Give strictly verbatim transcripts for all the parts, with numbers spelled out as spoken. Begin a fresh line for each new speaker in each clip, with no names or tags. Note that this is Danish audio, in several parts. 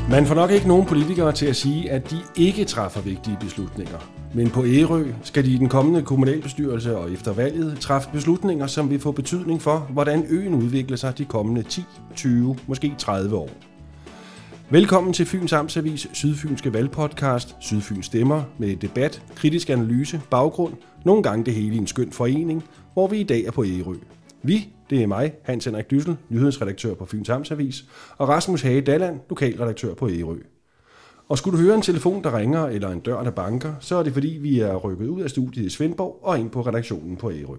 Man får nok ikke nogen politikere til at sige, at de ikke træffer vigtige beslutninger. Men på Ærø skal de i den kommende kommunalbestyrelse og efter valget træffe beslutninger, som vil få betydning for, hvordan øen udvikler sig de kommende ti, tyve, måske tredive år. Velkommen til Fyns Amtsavis Sydfynske valgpodcast Sydfyn Stemmer med debat, kritisk analyse, baggrund, nogle gange det hele i en skøn forening, hvor vi i dag er på Ærø. Vi, det er mig, Hans Henrik Dyssel, nyhedsredaktør på Fyns Amtsavis, og Rasmus Hage Dalland, lokalredaktør på Ærø. Og skulle du høre en telefon, der ringer, eller en dør, der banker, så er det fordi, vi er rykket ud af studiet i Svendborg og ind på redaktionen på Ærø.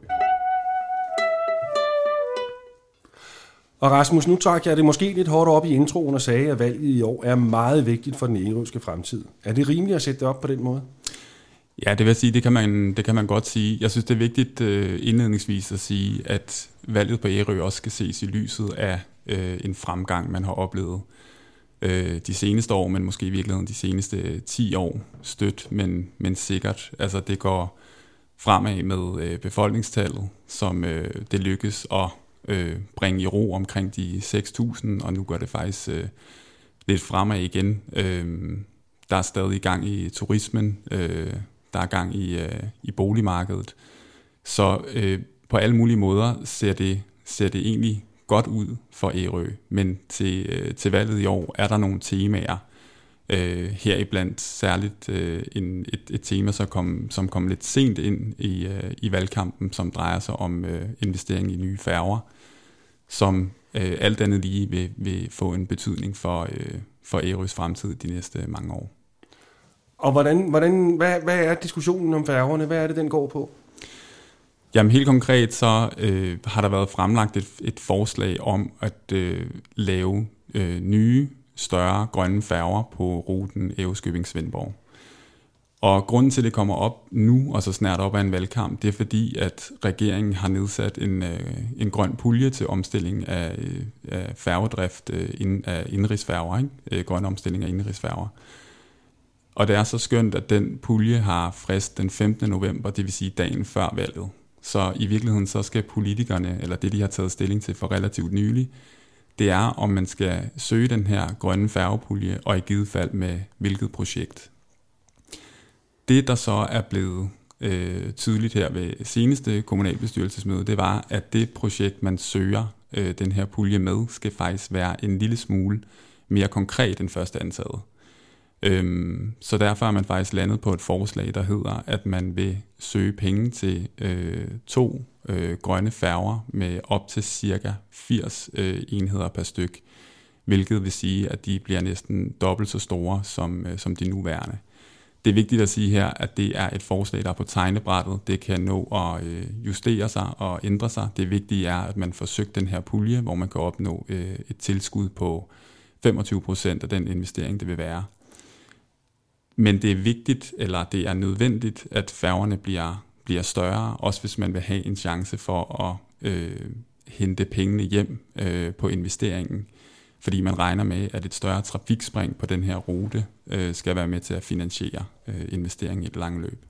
Og Rasmus, nu trak jeg det måske lidt hårdt op i introen og sagde, at valget i år er meget vigtigt for den ærøske fremtid. Er det rimeligt at sætte det op på den måde?
Ja, det vil jeg sige, det kan man, det kan man godt sige. Jeg synes, det er vigtigt uh, indledningsvis at sige, at valget på Ærø også skal ses i lyset af uh, en fremgang, man har oplevet uh, de seneste år, men måske i virkeligheden de seneste ti år stødt, men, men sikkert. Altså det går fremad med uh, befolkningstallet, som uh, det lykkes at uh, bringe i ro omkring de seks tusind, og nu går det faktisk uh, lidt fremad igen. Uh, der er stadig gang i turismen, uh, der er gang i, øh, i boligmarkedet. Så øh, på alle mulige måder ser det, ser det egentlig godt ud for Ærø. Men til, øh, til valget i år er der nogle temaer, øh, heriblandt særligt øh, en, et, et tema, som kom, som kom lidt sent ind i, øh, i valgkampen, som drejer sig om øh, investering i nye færger, som øh, alt andet lige vil, vil få en betydning for, øh, for Ærøs fremtid de næste mange år.
Og hvordan, hvordan, hvad, hvad er diskussionen om færgerne? Hvad er det, den går på?
Jamen helt konkret så øh, har der været fremlagt et, et forslag om at øh, lave øh, nye, større grønne færger på ruten Ærøskøbing-Svendborg. Og grunden til, at det kommer op nu, og så snart op af en valgkamp, det er fordi, at regeringen har nedsat en, øh, en grøn pulje til omstilling af, af færgedrift øh, ind, af indrigsfærger, ikke? Øh, grøn omstilling af indrigsfærger. Og det er så skønt, at den pulje har frist den femtende november, det vil sige dagen før valget. Så i virkeligheden så skal politikerne, eller det de har taget stilling til for relativt nylig, det er om man skal søge den her grønne færgepulje, og i givet fald med hvilket projekt. Det der så er blevet øh, tydeligt her ved seneste kommunalbestyrelsesmøde, det var, at det projekt man søger øh, den her pulje med, skal faktisk være en lille smule mere konkret end først antaget. Øhm, så derfor er man faktisk landet på et forslag, der hedder, at man vil søge penge til øh, to øh, grønne færger med op til cirka firs øh, enheder per styk, hvilket vil sige, at de bliver næsten dobbelt så store som, øh, som de nuværende. Det er vigtigt at sige her, at det er et forslag, der er på tegnebrættet. Det kan nå at øh, justere sig og ændre sig. Det vigtige er, at man får søgt den her pulje, hvor man kan opnå øh, et tilskud på femogtyve procent af den investering, det vil være. Men det er vigtigt, eller det er nødvendigt, at færgerne bliver, bliver større, også hvis man vil have en chance for at øh, hente pengene hjem øh, på investeringen. Fordi man regner med, at et større trafikspring på den her rute øh, skal være med til at finansiere øh, investeringen i et langt løb.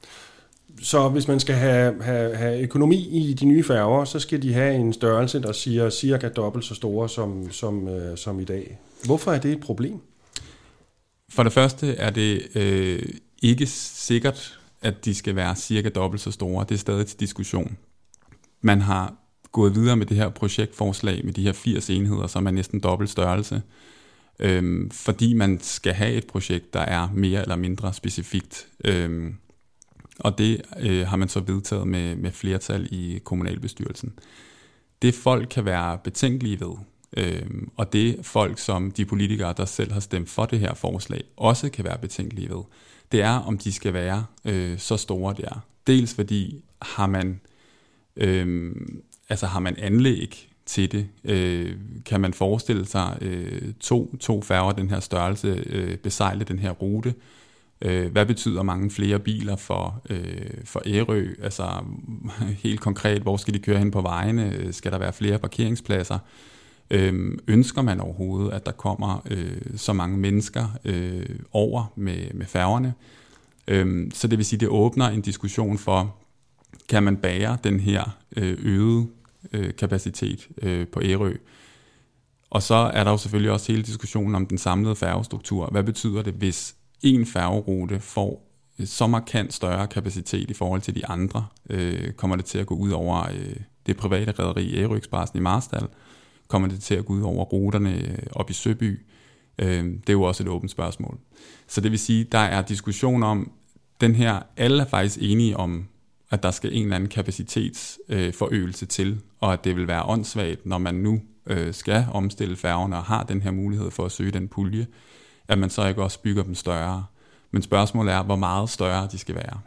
Så hvis man skal have, have, have økonomi i de nye færger, så skal de have en størrelse, der siger cirka dobbelt så store som, som, øh, som i dag. Hvorfor er det et problem?
For det første er det øh, ikke sikkert, at de skal være cirka dobbelt så store. Det er stadig til diskussion. Man har gået videre med det her projektforslag med de her firs enheder, som er næsten dobbelt størrelse, øh, fordi man skal have et projekt, der er mere eller mindre specifikt. Øh, og det øh, har man så vedtaget med, med flertal i kommunalbestyrelsen. Det folk kan være betænkelige ved, Øhm, og det folk, som de politikere, der selv har stemt for det her forslag, også kan være betænkelige ved, det er, om de skal være øh, så store der. Dels fordi har man, øh, altså har man anlæg til det. Øh, kan man forestille sig øh, to, to færger den her størrelse øh, besejle den her rute? Øh, hvad betyder mange flere biler for, øh, for Ærø? Altså helt konkret, hvor skal de køre hen på vejene? Skal der være flere parkeringspladser? Øhm, ønsker man overhovedet, at der kommer øh, så mange mennesker øh, over med, med færgerne? Øhm, så det vil sige, det åbner en diskussion for, kan man bære den her øh, øgede øh, kapacitet øh, på Ærø? Og så er der jo selvfølgelig også hele diskussionen om den samlede færgestruktur. Hvad betyder det, hvis en færgerute får så markant større kapacitet i forhold til de andre? Øh, kommer det til at gå ud over øh, det private rederi Ærø Expressen i Marstal? Kommer det til at gå ud over ruterne op i Søby? Øh, det er jo også et åbent spørgsmål. Så det vil sige, der er diskussion om den her, alle er faktisk enige om, at der skal en eller anden kapacitetsforøgelse øh, til, og at det vil være åndssvagt, når man nu øh, skal omstille færgerne og har den her mulighed for at søge den pulje, at man så ikke også bygger dem større. Men spørgsmålet er, hvor meget større de skal være.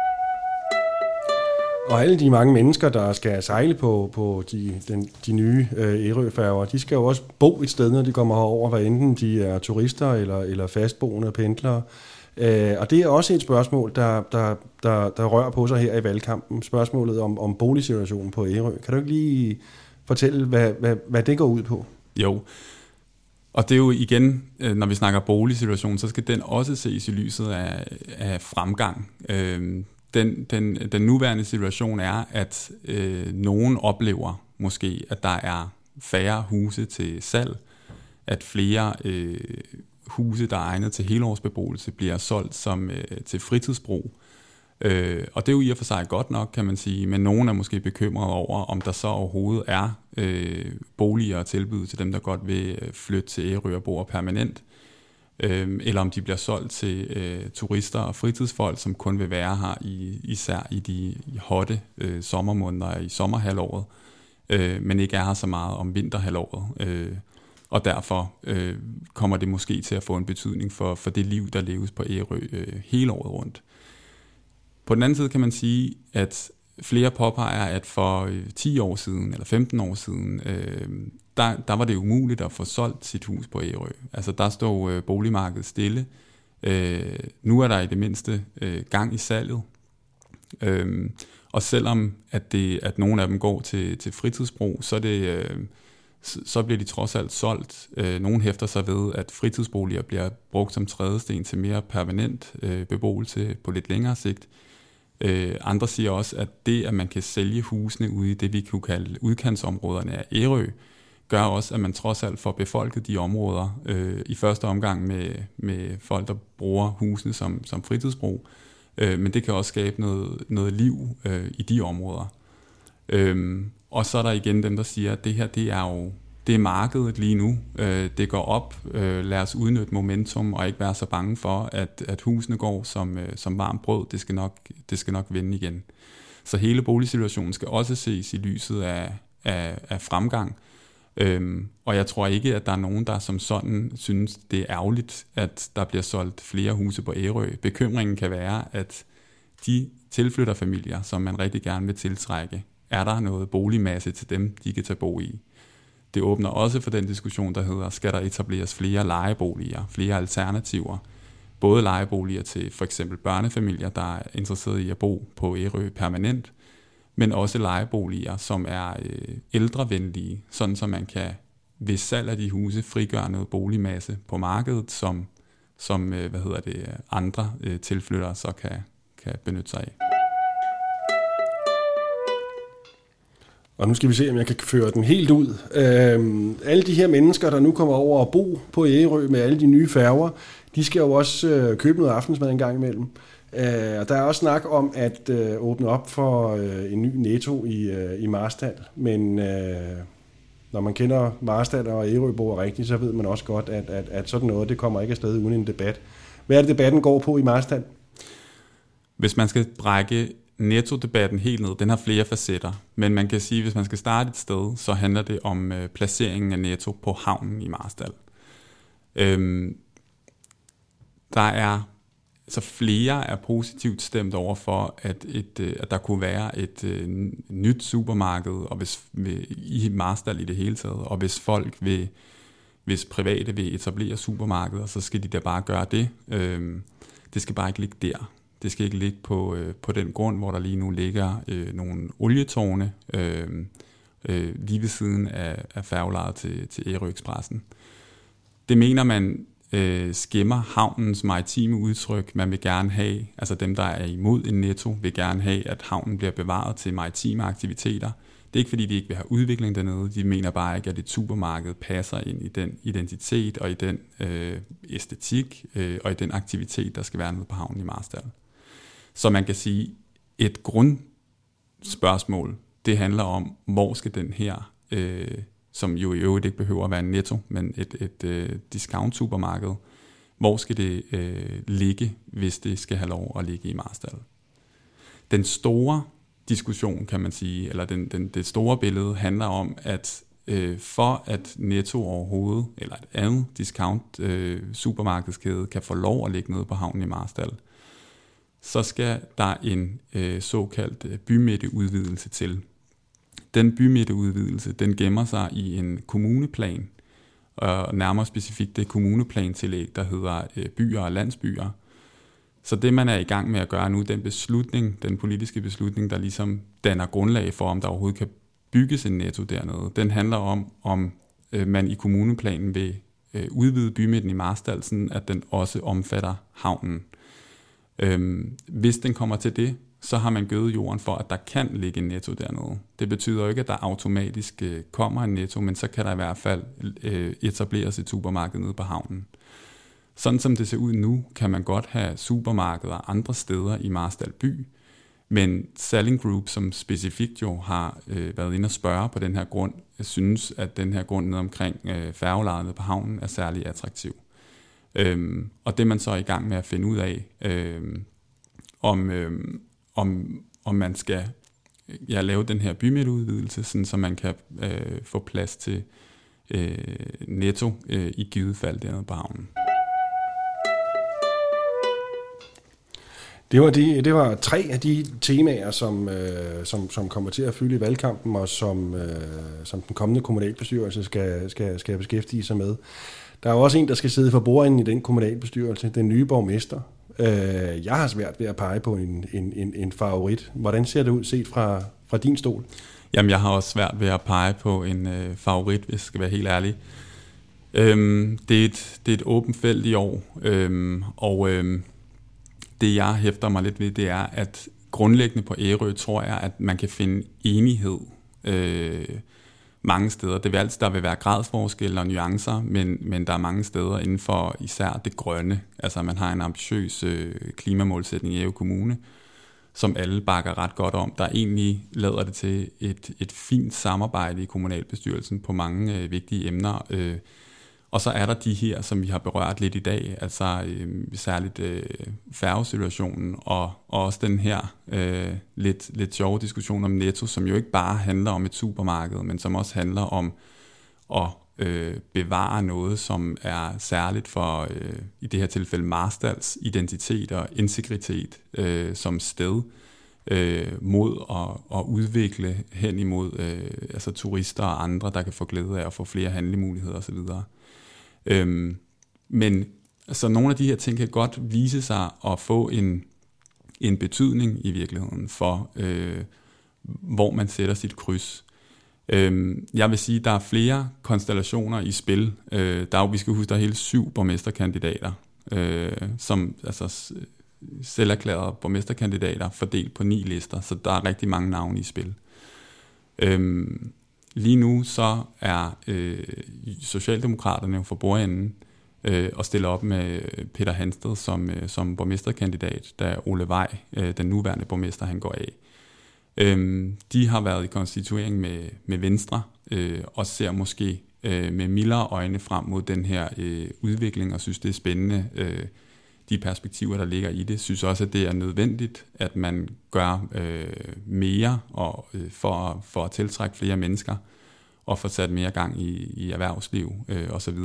Og alle de mange mennesker, der skal sejle på, på de, den, de nye øh, Ærø-færger, de skal jo også bo et sted, når de kommer herover, hvad enten de er turister eller, eller fastboende pendlere. Øh, og det er også et spørgsmål, der, der, der, der rører på sig her i valgkampen. Spørgsmålet om, om boligsituationen på Ærø. Kan du ikke lige fortælle, hvad, hvad, hvad det går ud på?
Jo, og det er jo igen, når vi snakker boligsituation, så skal den også ses i lyset af, af fremgang. Øh, den, den, den nuværende situation er, at øh, nogen oplever måske, at der er færre huse til salg, at flere øh, huse, der er egnet til helårsbeboelse, bliver solgt som øh, til fritidsbrug. Øh, og det er jo i og for sig godt nok, kan man sige, men nogen er måske bekymret over, om der så overhovedet er øh, boliger at tilbyde til dem, der godt vil flytte til Ærø og bo permanent, øh, eller om de bliver solgt til øh, turister og fritidsfolk, som kun vil være her i, især i de i hotte øh, sommermåneder i sommerhalvåret, øh, men ikke er her så meget om vinterhalvåret. Øh, og derfor øh, kommer det måske til at få en betydning for, for det liv, der leves på Ærø øh, hele året rundt. På den anden side kan man sige, at flere påpeger, at for ti år siden eller femten år siden, øh, der, der var det umuligt at få solgt sit hus på Ærø. Altså der stod øh, boligmarkedet stille. Øh, nu er der i det mindste øh, gang i salget. Øh, og selvom at, det, at nogle af dem går til, til fritidsbrug, så, er det, øh, så, så bliver de trods alt solgt. Øh, nogle hæfter sig ved, at fritidsboliger bliver brugt som trædesten til mere permanent øh, beboelse på lidt længere sigt. Øh, andre siger også, at det, at man kan sælge husene ude i det, vi kunne kalde udkantsområderne af Ærø, gør også, at man trods alt får befolket de områder øh, i første omgang med, med folk, der bruger husene som, som fritidsbrug. Øh, men det kan også skabe noget, noget liv øh, i de områder. Øh, og så er der igen dem, der siger, at det her, det er jo det er markedet lige nu. Øh, det går op. Øh, lad os udnytte momentum og ikke være så bange for, at, at husene går som, øh, som varmt brød. Det skal, nok, det skal nok vende igen. Så hele boligsituationen skal også ses i lyset af, af, af fremgang. Øhm, og jeg tror ikke, at der er nogen, der som sådan synes, det er ærgerligt, at der bliver solgt flere huse på Ærø. Bekymringen kan være, at de tilflytterfamilier, som man rigtig gerne vil tiltrække, er der noget boligmasse til dem, de kan tage bo i. Det åbner også for den diskussion, der hedder, skal der etableres flere lejeboliger, flere alternativer. Både lejeboliger til for eksempel børnefamilier, der er interesseret i at bo på Ærø permanent, men også lejeboliger, som er øh, ældrevenlige, sådan så man kan ved salg af de huse frigøre noget boligmasse på markedet, som, som øh, hvad hedder det, andre øh, tilflyttere så kan, kan benytte sig af.
Og nu skal vi se, om jeg kan føre den helt ud. Øhm, alle de her mennesker, der nu kommer over og bo på Ærø med alle de nye færger, de skal jo også øh, købe noget aftensmad en gang imellem. Øh, og der er også snak om at øh, åbne op for øh, en ny Netto i, øh, i Marstal. Men øh, når man kender Marstal og Ærøboer rigtigt, så ved man også godt, at, at, at sådan noget, det kommer ikke afsted uden en debat. Hvad er det, debatten går på i Marstal?
Hvis man skal brække Netto-debatten helt ned, den har flere facetter, men man kan sige, at hvis man skal starte et sted, så handler det om øh, placeringen af Netto på havnen i Marstal. Øhm, der er så flere er positivt stemt over for, at, et, øh, at der kunne være et øh, nyt supermarked og hvis, ved, i Marstal i det hele taget, og hvis folk vil, hvis private vil etablere supermarkeder, så skal de da bare gøre det. Øhm, det skal bare ikke ligge der. Det skal ikke ligge på, øh, på den grund, hvor der lige nu ligger øh, nogle olietårne øh, øh, lige ved siden af, af færgelejet til, til Ærø Expressen. Det mener man øh, skæmmer havnens maritime udtryk. Man vil gerne have, altså dem, der er imod en Netto, vil gerne have, at havnen bliver bevaret til maritime aktiviteter. Det er ikke, fordi de ikke vil have udvikling dernede. De mener bare ikke, at et supermarked passer ind i den identitet og i den øh, æstetik øh, og i den aktivitet, der skal være nede på havnen i Marstal. Så man kan sige, et grundspørgsmål, det handler om, hvor skal den her, øh, som jo i øvrigt ikke behøver at være en Netto, men et, et øh, discount-supermarked, hvor skal det øh, ligge, hvis det skal have lov at ligge i Marstal? Den store diskussion, kan man sige, eller den, den, det store billede handler om, at øh, for at Netto overhovedet, eller et andet discount øh, supermarkedskæde, kan få lov at ligge nede på havnen i Marstal, så skal der en øh, såkaldt bymidteudvidelse til. Den bymidteudvidelse, den gemmer sig i en kommuneplan, og nærmere specifikt det kommuneplantillæg, der hedder øh, byer og landsbyer. Så det, man er i gang med at gøre nu, den beslutning, den politiske beslutning, der ligesom danner grundlag for, om der overhovedet kan bygges en Netto dernede, den handler om, om øh, man i kommuneplanen vil øh, udvide bymidten i Marstal, sådan at den også omfatter havnen. Øhm, hvis den kommer til det, så har man gødet jorden for, at der kan ligge en Netto dernede. Det betyder jo ikke, at der automatisk øh, kommer en Netto, men så kan der i hvert fald øh, etableres et supermarked nede på havnen. Sådan som det ser ud nu, kan man godt have supermarkeder andre steder i Marstal by, men Salling Group, som specifikt jo har øh, været inde og spørge på den her grund, synes, at den her grund nede omkring øh, færgelejet nede på havnen er særlig attraktiv. Øhm, og det er man så er i gang med at finde ud af, øhm, om, øhm, om, om man skal ja, lave den her bymidteudvidelse, sådan så man kan øh, få plads til øh, Netto øh, i givet fald dernede på havnen.
Det var, de, det var tre af de temaer, som, øh, som, som kommer til at fylde i valgkampen, og som, øh, som den kommende kommunalbestyrelse skal, skal, skal beskæftige sig med. Der er også en, der skal sidde for bordenden i den kommunalbestyrelse, den nye borgmester. Øh, jeg har svært ved at pege på en, en, en, en favorit. Hvordan ser det ud set fra, fra din stol?
Jamen, jeg har også svært ved at pege på en øh, favorit, hvis jeg skal være helt ærlig. Øhm, det, er et, det er et åbent felt i år, øhm, og øhm, det jeg hæfter mig lidt ved, det er, at grundlæggende på Ærø tror jeg, at man kan finde enighed øh, mange steder. Det vil altid, der vil være gradsforskelle og nuancer, men, men der er mange steder inden for især det grønne. Altså man har en ambitiøs øh, klimamålsætning i Ærø Kommune, som alle bakker ret godt om. Der egentlig lader det til et, et fint samarbejde i kommunalbestyrelsen på mange øh, vigtige emner. Øh, og så er der de her, som vi har berørt lidt i dag, altså øh, særligt øh, færgesituationen, og, og også den her øh, lidt, lidt sjove diskussion om Netto, som jo ikke bare handler om et supermarked, men som også handler om at øh, bevare noget, som er særligt for, øh, i det her tilfælde, Marstals identitet og integritet øh, som sted øh, mod at, at udvikle hen imod øh, altså turister og andre, der kan få glæde af at få flere handlemuligheder osv. Øhm, men så nogle af de her ting kan godt vise sig at få en, en betydning i virkeligheden for, øh, hvor man sætter sit kryds. Øhm, jeg vil sige, at der er flere konstellationer i spil. Øh, der er jo, vi skal huske, der er hele syv borgmesterkandidater, øh, som altså selverklærede borgmesterkandidater fordelt på ni lister, så der er rigtig mange navne i spil. Øhm, Lige nu så er øh, Socialdemokraterne jo for bordenden øh, og stiller op med Peter Hansted som, øh, som borgmesterkandidat, da Ole Vej, øh, den nuværende borgmester, han går af. Øhm, de har været i konstituering med, med Venstre øh, og ser måske øh, med mildere øjne frem mod den her øh, udvikling og synes, det er spændende. Øh, de perspektiver, der ligger i det, synes også, at det er nødvendigt, at man gør øh, mere og, øh, for, for at tiltrække flere mennesker og få sat mere gang i, i erhvervsliv øh, osv.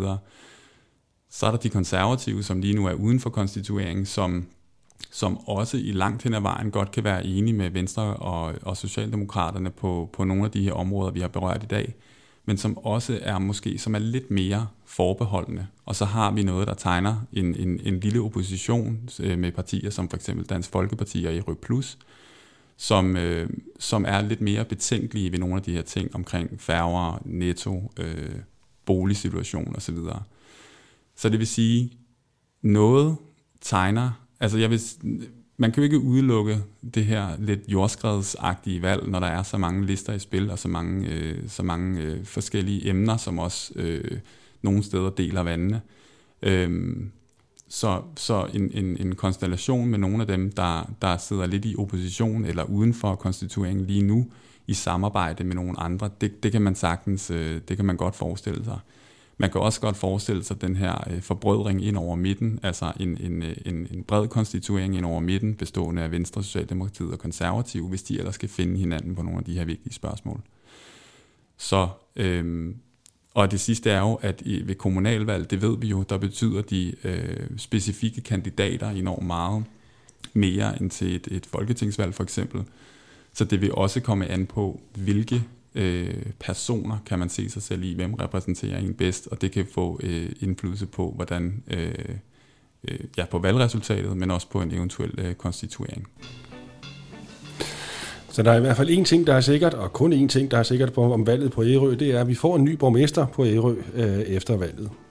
Så er der de konservative, som lige nu er uden for konstitueringen, som, som også i langt hen ad vejen godt kan være enige med Venstre og, og Socialdemokraterne på, på nogle af de her områder, vi har berørt i dag, men som også er måske som er lidt mere forbeholdende. Og så har vi noget, der tegner en, en, en lille opposition med partier som for eksempel Dansk Folkeparti og Ærø Plus, som, øh, som er lidt mere betænkelige ved nogle af de her ting omkring færger, Netto, øh, boligsituation osv. Så det vil sige, noget tegner, altså jeg vil, man kan jo ikke udelukke det her lidt jordskredsagtige valg, når der er så mange lister i spil, og så mange, øh, så mange øh, forskellige emner, som også øh, nogle steder deler vandene. Øhm, så så en, en, en konstellation med nogle af dem, der, der sidder lidt i opposition eller uden for konstitueringen lige nu, i samarbejde med nogle andre, det, det kan man sagtens, øh, det kan man godt forestille sig. Man kan også godt forestille sig den her øh, forbrødring ind over midten, altså en, en, en, en bred konstituering ind over midten, bestående af Venstre, Socialdemokratiet og Konservative, hvis de ellers skal finde hinanden på nogle af de her vigtige spørgsmål. Så, øh, og det sidste er jo, at i, ved kommunalvalg, det ved vi jo, der betyder de øh, specifikke kandidater enormt meget mere end til et, et folketingsvalg for eksempel. Så det vil også komme an på, hvilke øh, personer kan man se sig selv i, hvem repræsenterer en bedst, og det kan få øh, indflydelse på, hvordan, øh, øh, ja, på valgresultatet, men også på en eventuel øh, konstituering.
Så der er i hvert fald én ting, der er sikkert, og kun én ting, der er sikkert på, om valget på Ærø, det er, at vi får en ny borgmester på Ærø øh, efter valget.